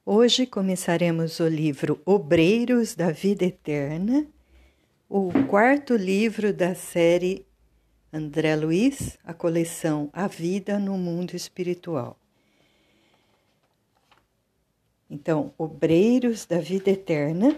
Hoje começaremos o livro Obreiros da Vida Eterna, o quarto livro da série André Luiz, a coleção A Vida no Mundo Espiritual. Então, Obreiros da Vida Eterna,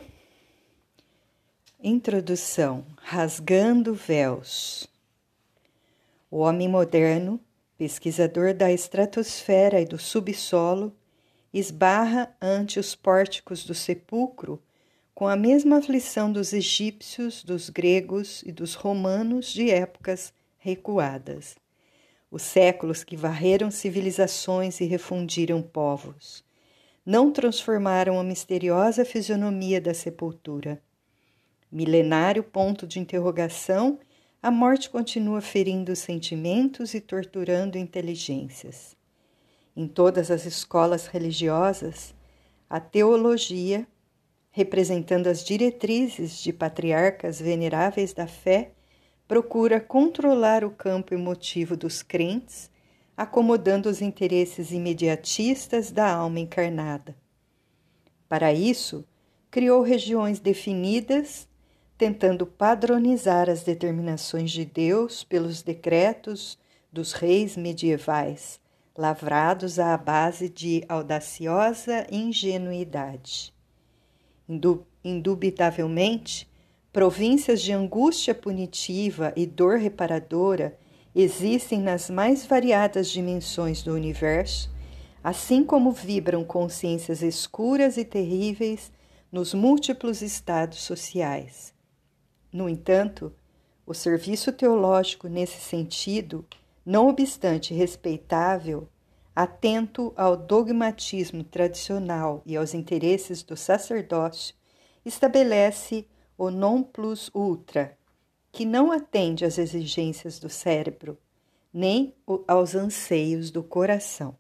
introdução, rasgando véus. O homem moderno, pesquisador da estratosfera e do subsolo, esbarra ante os pórticos do sepulcro com a mesma aflição dos egípcios, dos gregos e dos romanos de épocas recuadas. Os séculos que varreram civilizações e refundiram povos não transformaram a misteriosa fisionomia da sepultura. Milenário ponto de interrogação, a morte continua ferindo sentimentos e torturando inteligências. Em todas as escolas religiosas, a teologia, representando as diretrizes de patriarcas veneráveis da fé, procura controlar o campo emotivo dos crentes, acomodando os interesses imediatistas da alma encarnada. Para isso, criou regiões definidas, tentando padronizar as determinações de Deus pelos decretos dos reis medievais, lavrados à base de audaciosa ingenuidade. Indubitavelmente, províncias de angústia punitiva e dor reparadora existem nas mais variadas dimensões do universo, assim como vibram consciências escuras e terríveis nos múltiplos estados sociais. No entanto, o serviço teológico nesse sentido, não obstante respeitável, atento ao dogmatismo tradicional e aos interesses do sacerdócio, estabelece o non plus ultra, que não atende às exigências do cérebro, nem aos anseios do coração.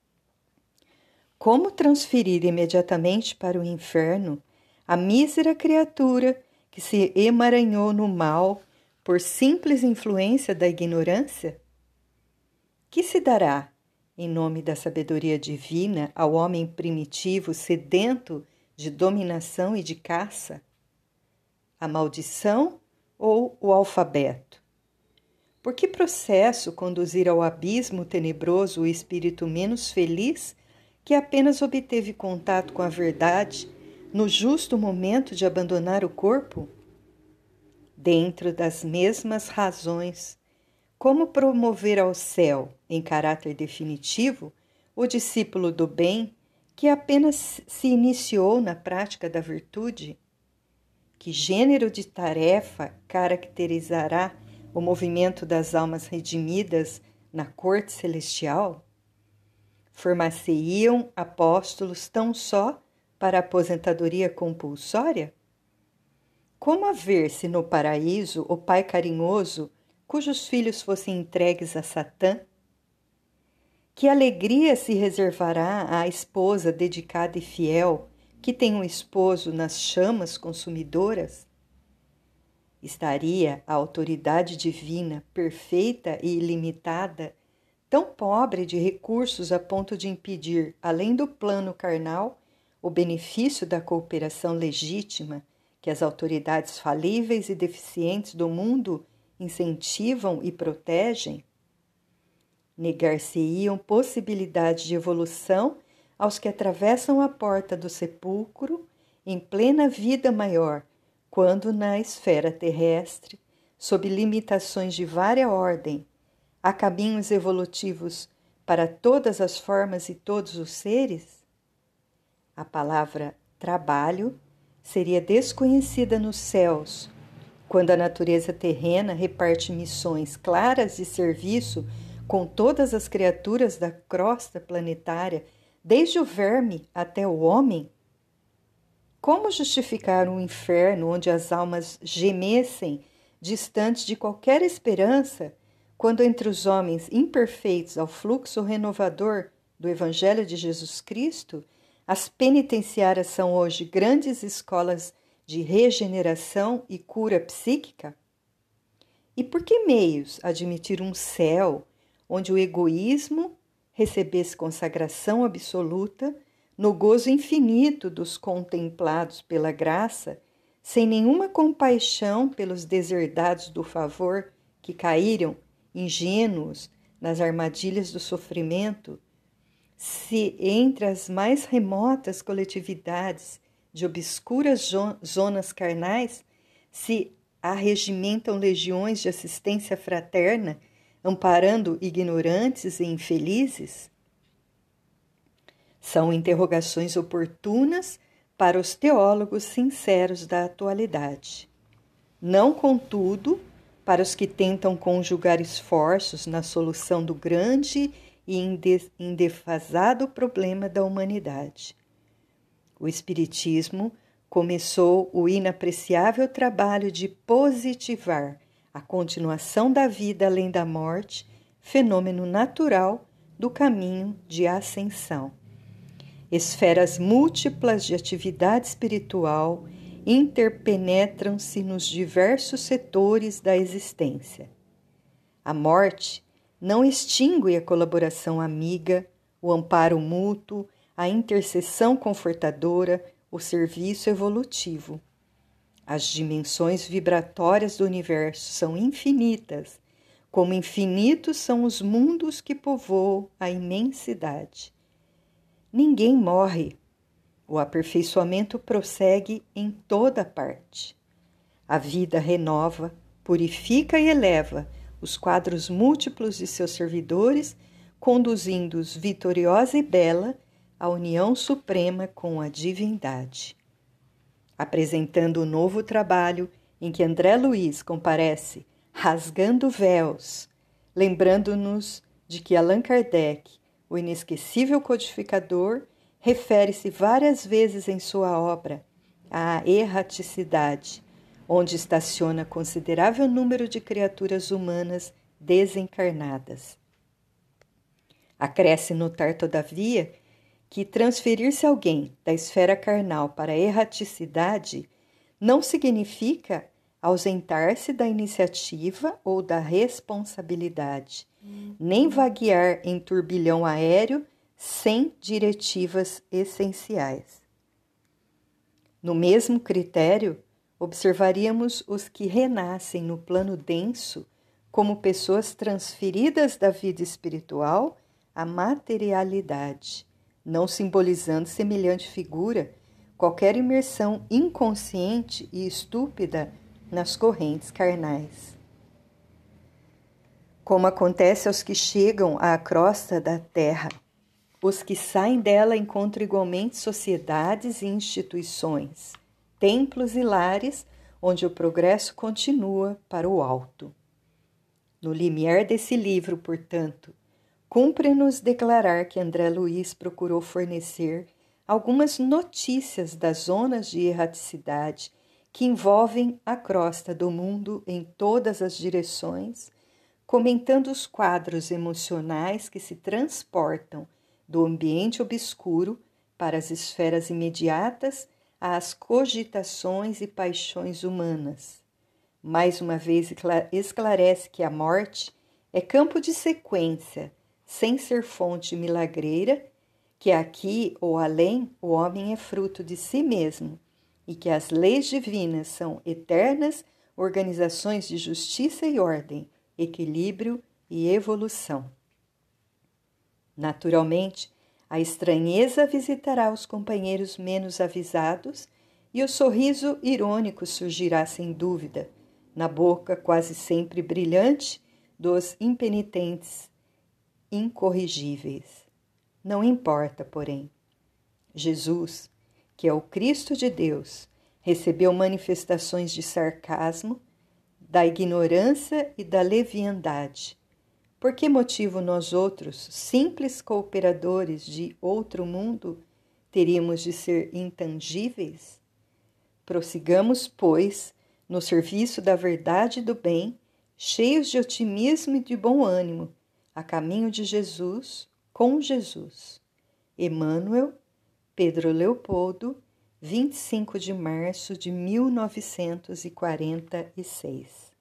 Como transferir imediatamente para o inferno a mísera criatura que se emaranhou no mal por simples influência da ignorância? Que se dará, em nome da sabedoria divina, ao homem primitivo sedento de dominação e de caça? A maldição ou o alfabeto? Por que processo conduzir ao abismo tenebroso o espírito menos feliz que apenas obteve contato com a verdade no justo momento de abandonar o corpo? Dentro das mesmas razões, como promover ao céu, em caráter definitivo, o discípulo do bem que apenas se iniciou na prática da virtude? Que gênero de tarefa caracterizará o movimento das almas redimidas na corte celestial? Formar-se-iam apóstolos tão só para a aposentadoria compulsória? Como haver-se no paraíso o Pai carinhoso cujos filhos fossem entregues a Satã? Que alegria se reservará à esposa dedicada e fiel que tem um esposo nas chamas consumidoras? Estaria a autoridade divina, perfeita e ilimitada, tão pobre de recursos a ponto de impedir, além do plano carnal, o benefício da cooperação legítima que as autoridades falíveis e deficientes do mundo incentivam e protegem? Negar-se-iam possibilidades de evolução aos que atravessam a porta do sepulcro em plena vida maior, quando na esfera terrestre, sob limitações de vária ordem, há caminhos evolutivos para todas as formas e todos os seres? A palavra trabalho seria desconhecida nos céus, quando a natureza terrena reparte missões claras de serviço com todas as criaturas da crosta planetária, desde o verme até o homem? Como justificar um inferno onde as almas gemessem distantes de qualquer esperança, quando entre os homens imperfeitos ao fluxo renovador do Evangelho de Jesus Cristo, as penitenciárias são hoje grandes escolas de regeneração e cura psíquica? E por que meios admitir um céu onde o egoísmo recebesse consagração absoluta, no gozo infinito dos contemplados pela graça, sem nenhuma compaixão pelos deserdados do favor que caíram, ingênuos, nas armadilhas do sofrimento, se entre as mais remotas coletividades de obscuras zonas carnais se arregimentam legiões de assistência fraterna, amparando ignorantes e infelizes? São interrogações oportunas para os teólogos sinceros da atualidade. Não, contudo, para os que tentam conjugar esforços na solução do grande e indefasado problema da humanidade. O Espiritismo começou o inapreciável trabalho de positivar a continuação da vida além da morte, fenômeno natural do caminho de ascensão. Esferas múltiplas de atividade espiritual interpenetram-se nos diversos setores da existência. A morte não extingue a colaboração amiga, o amparo mútuo, a intercessão confortadora, o serviço evolutivo. As dimensões vibratórias do universo são infinitas, como infinitos são os mundos que povoam a imensidade. Ninguém morre. O aperfeiçoamento prossegue em toda parte. A vida renova, purifica e eleva os quadros múltiplos de seus servidores, conduzindo-os vitoriosa e bela à união suprema com a divindade. Apresentando o novo trabalho em que André Luiz comparece rasgando véus, lembrando-nos de que Allan Kardec, o inesquecível codificador, refere-se várias vezes em sua obra à erraticidade, onde estaciona considerável número de criaturas humanas desencarnadas. Acresce notar, todavia, que transferir-se alguém da esfera carnal para a erraticidade não significa ausentar-se da iniciativa ou da responsabilidade, nem vaguear em turbilhão aéreo sem diretivas essenciais. No mesmo critério, observaríamos os que renascem no plano denso como pessoas transferidas da vida espiritual à materialidade, não simbolizando semelhante figura qualquer imersão inconsciente e estúpida nas correntes carnais. Como acontece aos que chegam à crosta da terra, os que saem dela encontram igualmente sociedades e instituições, templos e lares onde o progresso continua para o alto. No limiar desse livro, portanto, cumpre-nos declarar que André Luiz procurou fornecer algumas notícias das zonas de erraticidade que envolvem a crosta do mundo em todas as direções, comentando os quadros emocionais que se transportam do ambiente obscuro para as esferas imediatas às cogitações e paixões humanas. Mais uma vez esclarece que a morte é campo de sequência, sem ser fonte milagreira, que aqui ou além o homem é fruto de si mesmo e que as leis divinas são eternas organizações de justiça e ordem, equilíbrio e evolução. Naturalmente, a estranheza visitará os companheiros menos avisados e o sorriso irônico surgirá sem dúvida, na boca quase sempre brilhante dos impenitentes, incorrigíveis. Não importa, porém. Jesus, que é o Cristo de Deus, recebeu manifestações de sarcasmo, da ignorância e da leviandade. Por que motivo nós outros, simples cooperadores de outro mundo, teríamos de ser intangíveis? Prossigamos, pois, no serviço da verdade e do bem, cheios de otimismo e de bom ânimo, a caminho de Jesus, com Jesus. Emmanuel, Pedro Leopoldo, 25 de março de 1946.